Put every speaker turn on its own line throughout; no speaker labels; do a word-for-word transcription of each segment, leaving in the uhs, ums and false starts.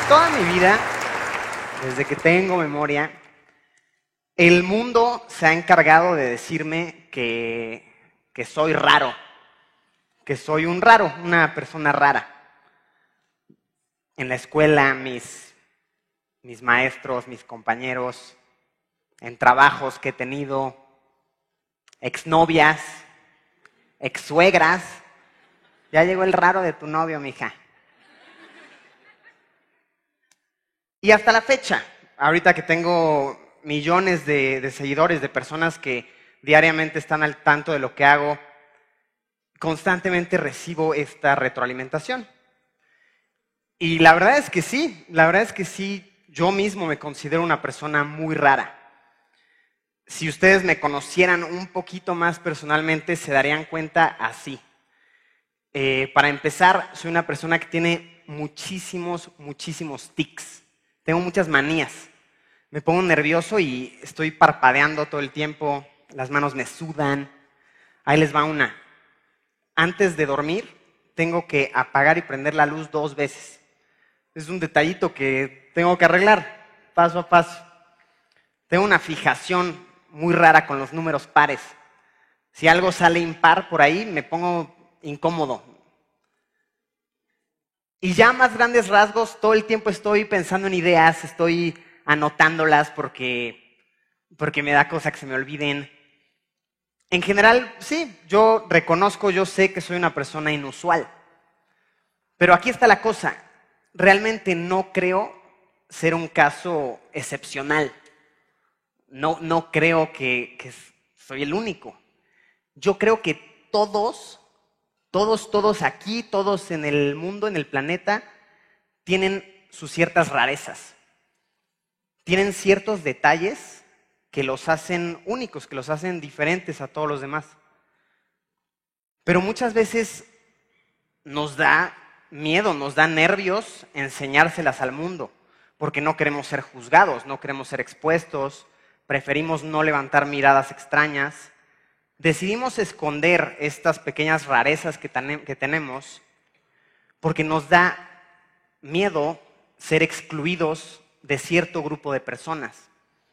toda mi vida, desde que tengo memoria, el mundo se ha encargado de decirme que, que soy raro, que soy un raro, una persona rara. En la escuela, mis, mis maestros, mis compañeros, en trabajos que he tenido, exnovias, exsuegras. Ya llegó el raro de tu novio, mija. Y hasta la fecha, ahorita que tengo millones de, de seguidores, de personas que diariamente están al tanto de lo que hago, constantemente recibo esta retroalimentación. Y la verdad es que sí, la verdad es que sí, yo mismo me considero una persona muy rara. Si ustedes me conocieran un poquito más personalmente, se darían cuenta así. Eh, para empezar, soy una persona que tiene muchísimos, muchísimos tics. Tengo muchas manías. Me pongo nervioso y estoy parpadeando todo el tiempo, las manos me sudan. Ahí les va una. Antes de dormir, tengo que apagar y prender la luz dos veces. Es un detallito que tengo que arreglar, paso a paso. Tengo una fijación muy rara con los números pares. Si algo sale impar por ahí, me pongo incómodo. Y ya más grandes rasgos, todo el tiempo estoy pensando en ideas, estoy anotándolas porque, porque me da cosa que se me olviden. En general, sí, yo reconozco, yo sé que soy una persona inusual. Pero aquí está la cosa, realmente no creo ser un caso excepcional. No, no creo que, que soy el único. Yo creo que todos, todos, todos aquí, todos en el mundo, en el planeta, tienen sus ciertas rarezas. Tienen ciertos detalles que los hacen únicos, que los hacen diferentes a todos los demás. Pero muchas veces nos da miedo, nos da nervios enseñárselas al mundo, porque no queremos ser juzgados, no queremos ser expuestos, preferimos no levantar miradas extrañas. Decidimos esconder estas pequeñas rarezas que, que tenemos porque nos da miedo ser excluidos de cierto grupo de personas.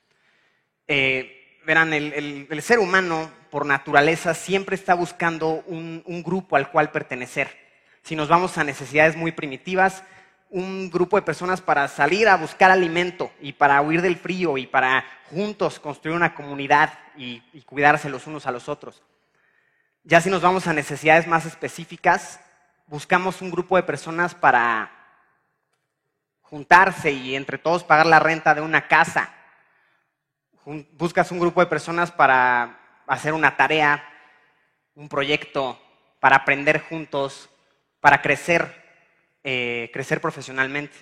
Eh, verán, el, el, el ser humano, por naturaleza, siempre está buscando un, un grupo al cual pertenecer. Si nos vamos a necesidades muy primitivas, un grupo de personas para salir a buscar alimento y para huir del frío y para juntos construir una comunidad y, y cuidarse los unos a los otros. Ya si nos vamos a necesidades más específicas, buscamos un grupo de personas para juntarse y entre todos pagar la renta de una casa. Buscas un grupo de personas para hacer una tarea, un proyecto, para aprender juntos, para crecer, eh, crecer profesionalmente.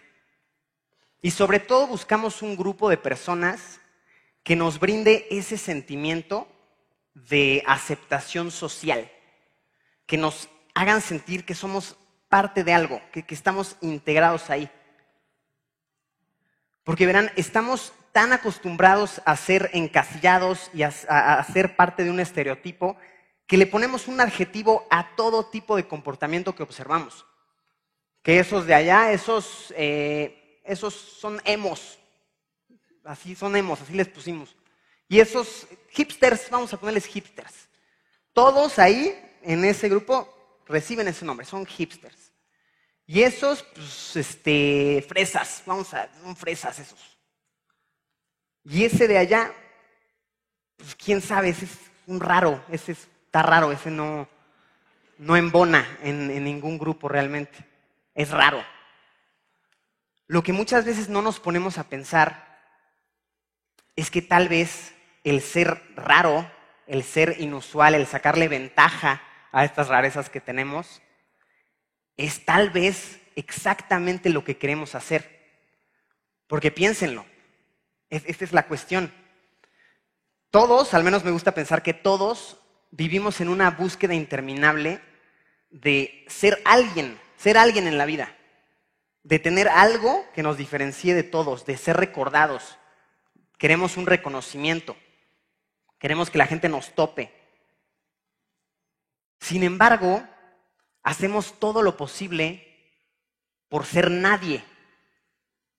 Y sobre todo buscamos un grupo de personas que nos brinde ese sentimiento de aceptación social, que nos hagan sentir que somos parte de algo, que, que estamos integrados ahí. Porque verán, estamos tan acostumbrados a ser encasillados y a, a, a ser parte de un estereotipo que le ponemos un adjetivo a todo tipo de comportamiento que observamos. Que esos de allá, esos, eh, esos son emos. Así son emos, así les pusimos. Y esos hipsters, vamos a ponerles hipsters. Todos ahí, en ese grupo, reciben ese nombre, son hipsters. Y esos, pues, este, fresas, vamos a, son fresas esos. Y ese de allá, pues quién sabe, ese es un raro, ese está raro, ese no, no embona en, en ningún grupo realmente. Es raro. Lo que muchas veces no nos ponemos a pensar es que tal vez el ser raro, el ser inusual, el sacarle ventaja a estas rarezas que tenemos, es tal vez exactamente lo que queremos hacer. Porque piénsenlo, esta es la cuestión. Todos, al menos me gusta pensar que todos vivimos en una búsqueda interminable de ser alguien, ser alguien en la vida, de tener algo que nos diferencie de todos, de ser recordados. Queremos un reconocimiento, queremos que la gente nos tope. Sin embargo, hacemos todo lo posible por ser nadie.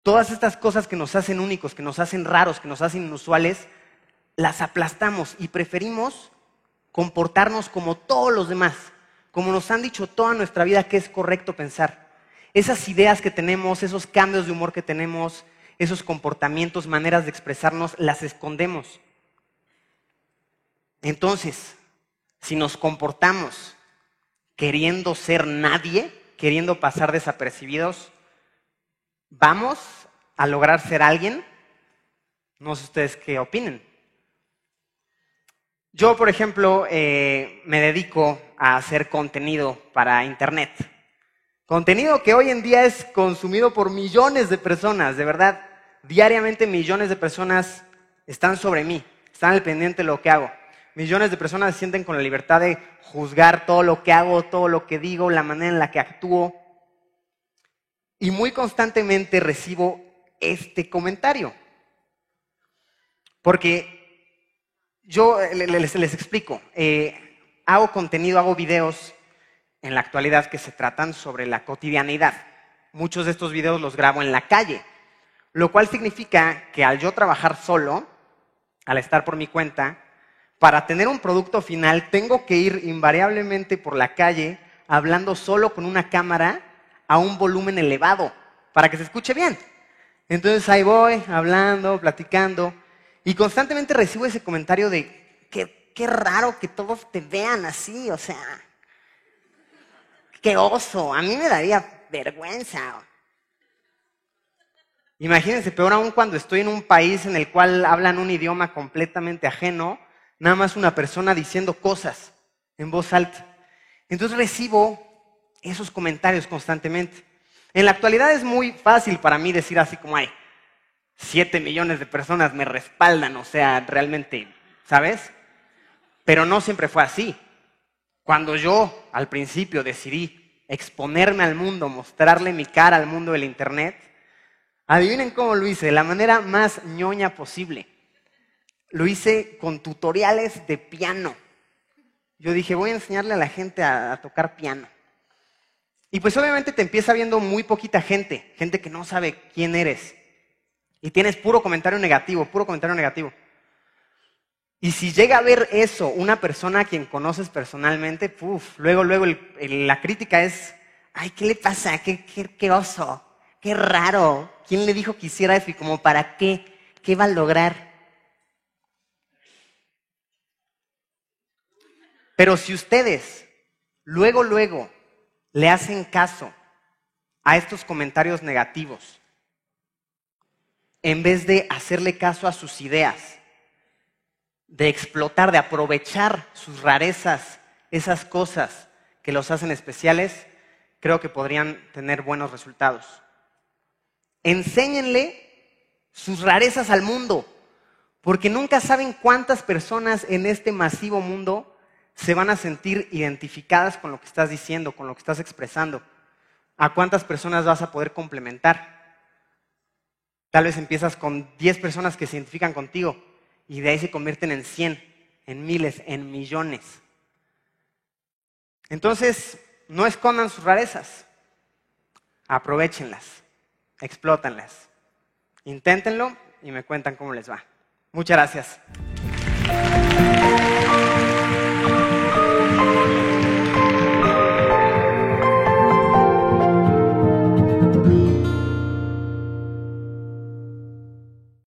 Todas estas cosas que nos hacen únicos, que nos hacen raros, que nos hacen inusuales, las aplastamos y preferimos comportarnos como todos los demás, como nos han dicho toda nuestra vida que es correcto pensar. Esas ideas que tenemos, esos cambios de humor que tenemos, esos comportamientos, maneras de expresarnos, las escondemos. Entonces, si nos comportamos queriendo ser nadie, queriendo pasar desapercibidos, ¿vamos a lograr ser alguien? No sé ustedes qué opinen. Yo, por ejemplo, eh, me dedico a hacer contenido para Internet. Contenido que hoy en día es consumido por millones de personas, de verdad. Diariamente millones de personas están sobre mí, están al pendiente de lo que hago. Millones de personas se sienten con la libertad de juzgar todo lo que hago, todo lo que digo, la manera en la que actúo. Y muy constantemente recibo este comentario. Porque yo les, les explico, eh, hago contenido, hago videos en la actualidad que se tratan sobre la cotidianidad. Muchos de estos videos los grabo en la calle, lo cual significa que al yo trabajar solo, al estar por mi cuenta, para tener un producto final tengo que ir invariablemente por la calle hablando solo con una cámara a un volumen elevado para que se escuche bien. Entonces ahí voy hablando, platicando y constantemente recibo ese comentario de qué, qué raro que todos te vean así, o sea, qué oso, a mí me daría vergüenza. Imagínense, peor aún cuando estoy en un país en el cual hablan un idioma completamente ajeno, nada más una persona diciendo cosas en voz alta. Entonces recibo esos comentarios constantemente. En la actualidad es muy fácil para mí decir así como, ay, siete millones de personas me respaldan, o sea, realmente, ¿sabes? Pero no siempre fue así. Cuando yo al principio decidí exponerme al mundo, mostrarle mi cara al mundo del Internet, adivinen cómo lo hice, de la manera más ñoña posible. Lo hice con tutoriales de piano. Yo dije, voy a enseñarle a la gente a, a tocar piano. Y pues obviamente te empieza viendo muy poquita gente, gente que no sabe quién eres. Y tienes puro comentario negativo, puro comentario negativo. Y si llega a ver eso una persona a quien conoces personalmente, puf, luego, luego el, el, la crítica es, ay, ¿qué le pasa? ¿Qué, qué, qué oso? ¡Qué raro! ¿Quién le dijo que hiciera eso y como para qué? ¿Qué va a lograr? Pero si ustedes luego, luego le hacen caso a estos comentarios negativos, en vez de hacerle caso a sus ideas, de explotar, de aprovechar sus rarezas, esas cosas que los hacen especiales, creo que podrían tener buenos resultados. Enséñenle sus rarezas al mundo, porque nunca saben cuántas personas en este masivo mundo se van a sentir identificadas con lo que estás diciendo, con lo que estás expresando. ¿A cuántas personas vas a poder complementar? Tal vez empiezas con diez personas que se identifican contigo y de ahí se convierten en cien, en miles, en millones. Entonces, no escondan sus rarezas. Aprovéchenlas, explótanlas. Inténtenlo y me cuentan cómo les va. Muchas gracias.